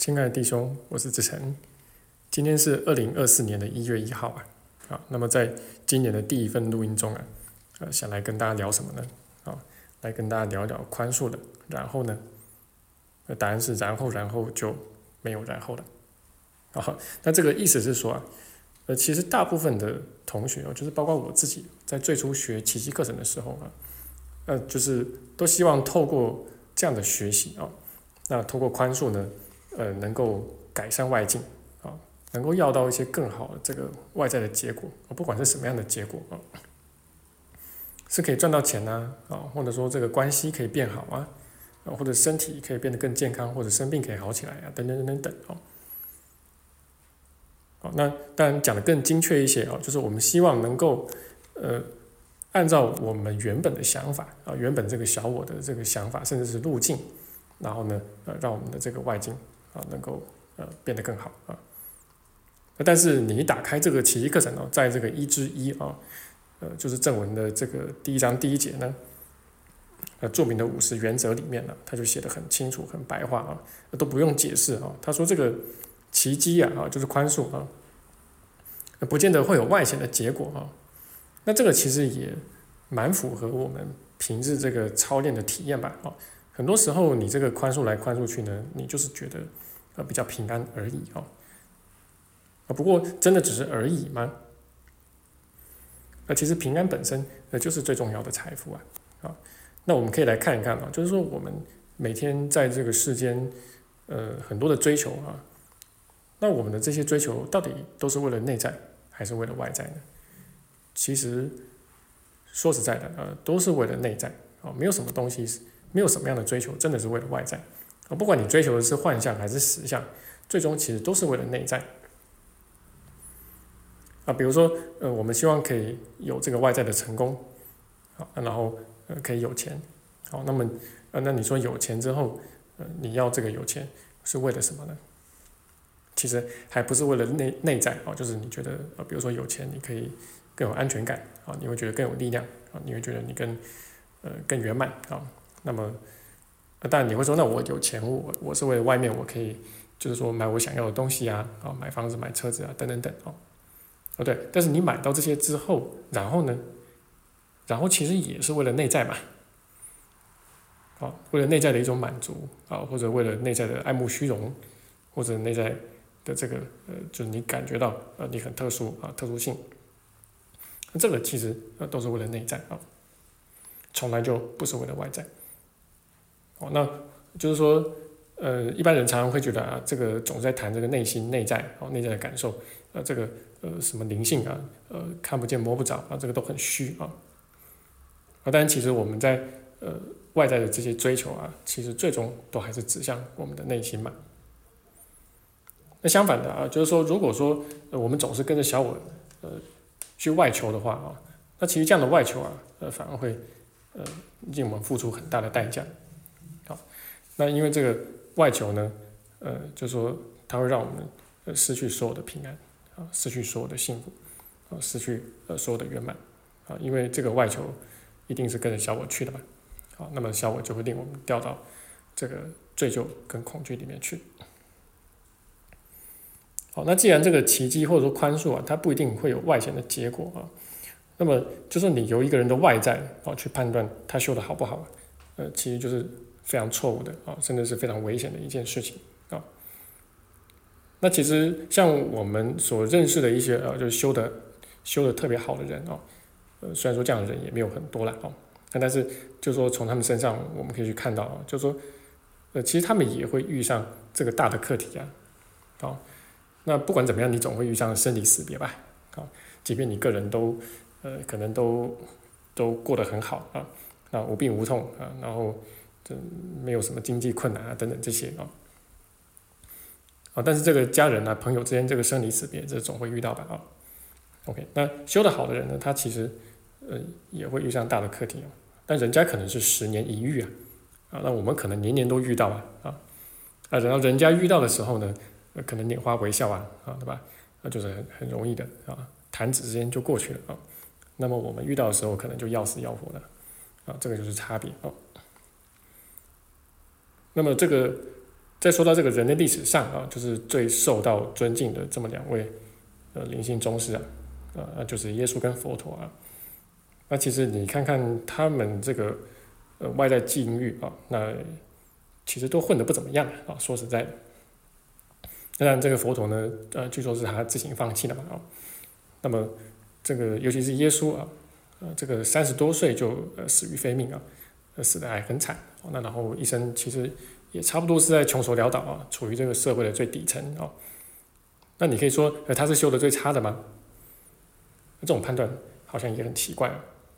亲爱的弟兄，我是志成。今天是2024年1月1号啊。那么在今年的第一份录音中想来跟大家聊什么呢？来跟大家聊聊宽恕了。然后呢？答案是然后就没有然后了。那这个意思是说其实大部分的同学就是包括我自己，在最初学奇迹课程的时候就是都希望透过这样的学习那透过宽恕呢，能够改善外境能够要到一些更好的这个外在的结果不管是什么样的结果是可以赚到钱或者说这个关系可以变好或者身体可以变得更健康，或者生病可以好起来等等等等那当然讲得更精确一些就是我们希望能够按照我们原本的想法原本这个小我的这个想法，甚至是路径，然后呢让我们的这个外境能够变得更好但是你一打开这个奇迹课程在这个1之1就是正文的这个第1章第1节呢著名的50原则里面他就写得很清楚很白话都不用解释他说这个奇迹就是宽恕不见得会有外显的结果那这个其实也蛮符合我们平日这个操练的体验吧很多时候你这个宽恕来宽恕去呢，你就是觉得比较平安而已不过真的只是而已吗？其实平安本身就是最重要的财富那我们可以来看一看就是说我们每天在这个世间很多的追求那我们的这些追求到底都是为了内在还是为了外在呢？其实说实在的都是为了内在没有什么东西没有什么样的追求真的是为了外在不管你追求的是幻象还是实相，最终其实都是为了内在比如说我们希望可以有这个外在的成功然后可以有钱那么那你说有钱之后你要这个有钱是为了什么呢？其实还不是为了内在就是你觉得比如说有钱你可以更有安全感你会觉得更有力量你会觉得你更圆满那么当然你会说那我有钱我是为了外面我可以就是说买我想要的东西买房子买车子等等等对，但是你买到这些之后，然后呢？然后其实也是为了内在嘛，为了内在的一种满足或者为了内在的爱慕虚荣，或者内在的这个就是你感觉到你很特殊特殊性，这个其实都是为了内在从来就不是为了外在那就是说一般人常常会觉得这个总是在谈这个内心内在内在的感受这个什么灵性看不见摸不着这个都很虚当然其实我们在外在的这些追求其实最终都还是指向我们的内心嘛。那相反的就是说如果说我们总是跟着小我去外求的话那其实这样的外求反而会令我们付出很大的代价那因为这个外求呢就是说它会让我们失去所有的平安失去所有的幸福失去所有的圆满因为这个外求一定是跟着小我去的嘛那么小我就会令我们掉到这个罪疚跟恐惧里面去那既然这个奇迹或者说宽恕它不一定会有外显的结果那么就是你由一个人的外在去判断他修的好不好其实就是非常错误的甚至是非常危险的一件事情那其实像我们所认识的一些就是修的特别好的人虽然说这样的人也没有很多啦但是就是说从他们身上我们可以去看到就是说其实他们也会遇上这个大的课题那不管怎么样你总会遇上生离死别吧即便你个人都可能都过得很好那无病无痛然后没有什么经济困难等等这些但是这个家人朋友之间这个生离死别这总会遇到吧OK 那修得好的人呢他其实也会遇上大的课题但人家可能是10年一遇那我们可能年年都遇到然后人家遇到的时候呢可能拈花微笑对吧那就是很容易的弹指之间就过去了那么我们遇到的时候可能就要死要活的这个就是差别那么这再说到这个人类历史上啊，就是最受到尊敬的这么两位灵性宗师就是耶稣跟佛陀啊。那其实你看看他们这个外在境遇啊，那其实都混得不怎么样啊。说实在的，当然这个佛陀呢，据说是他自行放弃的嘛啊。那么这个尤其是耶稣啊，这个30多岁就死于非命啊，死得还很惨。那然后一生其实也差不多是在穷愁潦倒啊，处于这个社会的最底层啊。那你可以说，他是修的最差的吗？这种判断好像也很奇怪啊。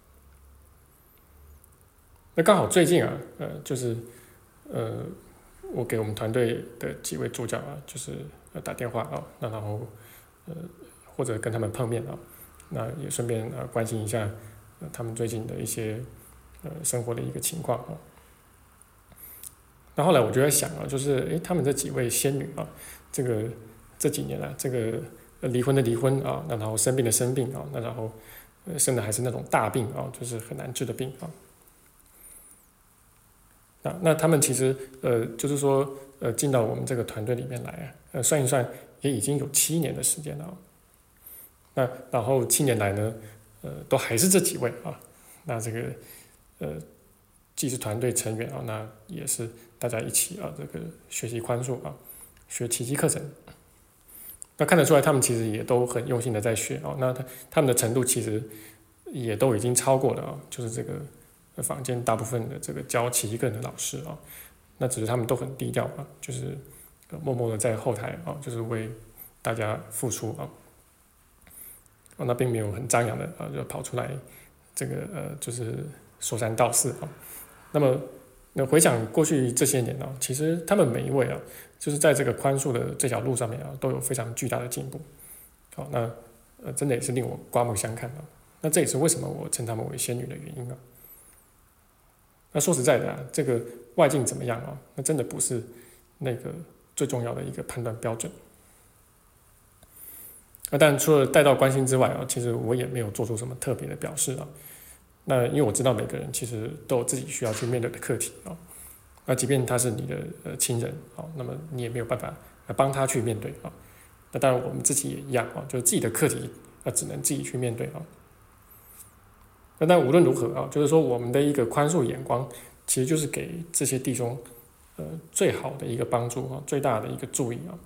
那刚好最近啊，就是我给我们团队的几位助教啊，就是打电话啊，那然后或者跟他们碰面啊，那也顺便关心一下他们最近的一些生活的一个情况啊。那后来我就在想啊，就是他们这几位仙女啊，这几年啊，这个离婚的离婚啊，那然后生病的生病啊，那然后生的还是那种大病啊，就是很难治的病啊。那他们其实就是说进到我们这个团队里面来算一算也已经有7年的时间了。那然后7年来呢，都还是这几位啊。那这个既是团队成员啊，那也是大家一起这个学习宽恕啊，学奇迹课程。那看得出来，他们其实也都很用心的在学啊。那他们的程度其实也都已经超过了啊，就是这个坊间大部分的这个教奇迹课程的老师啊。那只是他们都很低调啊，就是默默的在后台啊，就是为大家付出啊。那并没有很张扬的就跑出来这个就是说三道四啊。那么回想过去这些年其实他们每一位就是在这个宽恕的这条路上面都有非常巨大的进步。好，那真的也是令我刮目相看啊。那这也是为什么我称他们为仙女的原因啊。那说实在的这个外境怎么样那真的不是那个最重要的一个判断标准。但除了带到关心之外其实我也没有做出什么特别的表示啊。那因为我知道每个人其实都有自己需要去面对的课题啊。那即便他是你的亲人那么你也没有办法帮他去面对啊。那当然我们自己也一样就是自己的课题只能自己去面对啊。那但无论如何就是说我们的一个宽恕眼光，其实就是给这些弟兄最好的一个帮助最大的一个注意啊。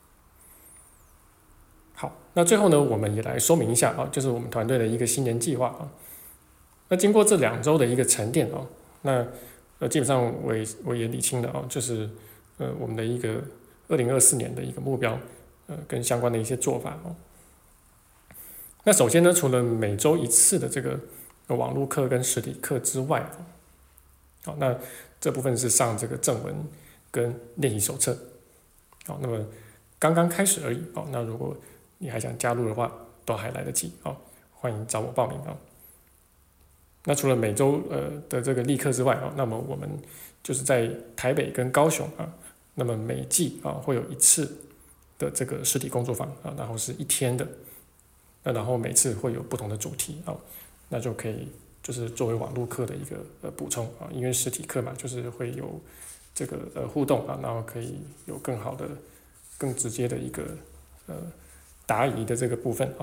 好，那最后呢，我们也来说明一下就是我们团队的一个新年计划啊。那经过这2周的一个沉淀那基本上我也理清了就是我们的一个2024年的一个目标跟相关的一些做法那首先呢，除了每周1次的这个网络课跟实体课之外那这部分是上这个正文跟练习手册那么刚刚开始而已那如果你还想加入的话，都还来得及欢迎找我报名那除了每周的这个立课之外那么我们就是在台北跟高雄那么每季会有1次的这个实体工作坊然后是1天的，那然后每次会有不同的主题那就可以就是作为网络课的一个补充因为实体课嘛，就是会有这个互动然后可以有更好的、更直接的一个答疑的这个部分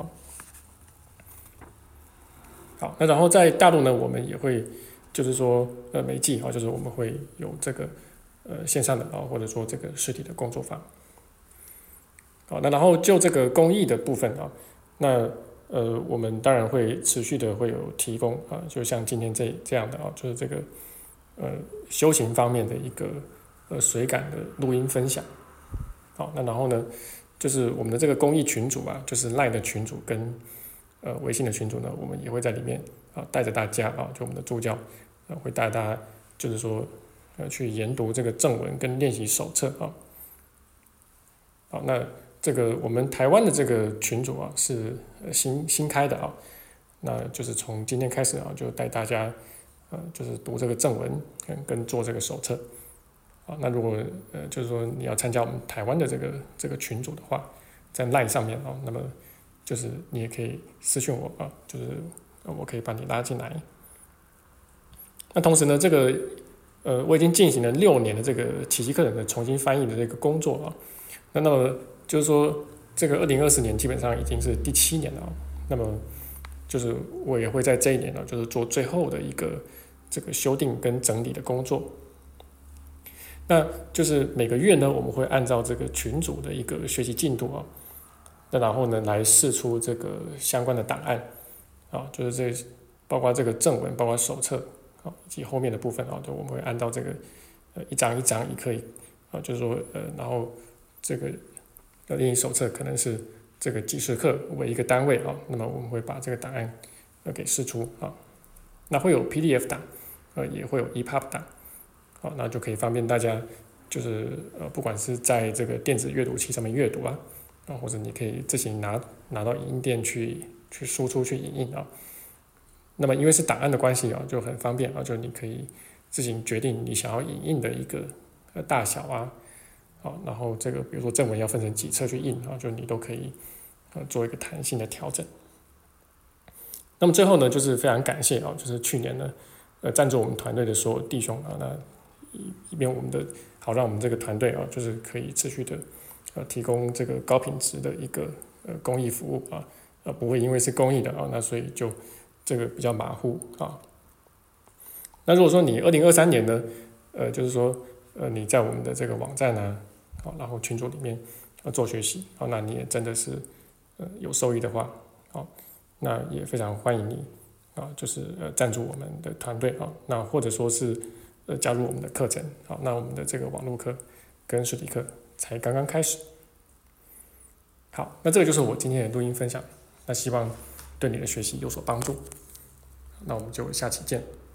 好，那然后在大陆呢，我们也会就是说每季就是我们会有这个线上的或者说这个实体的工作坊好，那然后就这个公益的部分那我们当然会持续的会有提供就像今天这样的就是这个修行方面的一个随感的录音分享好，那然后呢就是我们的这个公益群组就是 LINE 的群组跟微信的群组呢，我们也会在里面带着大家就我们的助教会带大家就是说去研读这个正文跟练习手册好，那这个我们台湾的这个群组是新开的那就是从今天开始就带大家就是读这个正文跟做这个手册那如果就是说你要参加我们台湾的这个群组的话，在 LINE 上面那么就是你也可以私讯我就是我可以把你拉进来。那同时呢，这个我已经进行了6年的这个奇迹课程的重新翻译的这个工作啊。那么就是说，这个2024年基本上已经是第7年了啊。那么就是我也会在这一年呢，就是做最后的一个这个修订跟整理的工作。那就是每个月呢，我们会按照这个群组的一个学习进度啊，那然后呢来释出这个相关的档案啊，就是包括这个正文，包括手册啊，以及后面的部分啊，就我们会按照这个一张一张也可以啊，就是说然后这个练习手册可能是这个几十课为一个单位啊，那么我们会把这个档案给释出啊，那会有 PDF 档，也会有 EPUB 档。好，那就可以方便大家，就是不管是在这个电子阅读器上面阅读啊，或者你可以自行拿到影音店去输出去影印啊。那么因为是档案的关系啊，就很方便啊，就你可以自行决定你想要影印的一个大小啊，好，然后这个比如说正文要分成几册去印啊，就你都可以做一个弹性的调整。那么最后呢，就是非常感谢啊，就是去年呢赞助我们团队的所有弟兄啊，那以便我们的好让我们这个团队啊，就是可以持续的提供这个高品质的一个公益服务啊，不会因为是公益的啊，那所以就这个比较马虎啊。那如果说你2023年呢，就是说你在我们的这个网站啊，好，然后群组里面做学习啊，那你也真的是有受益的话，好，那也非常欢迎你啊，就是赞助我们的团队啊，那或者说是加入我们的课程，好，那我们的这个网络课跟实体课才刚刚开始。好，那这个就是我今天的录音分享，那希望对你的学习有所帮助。那我们就下期见。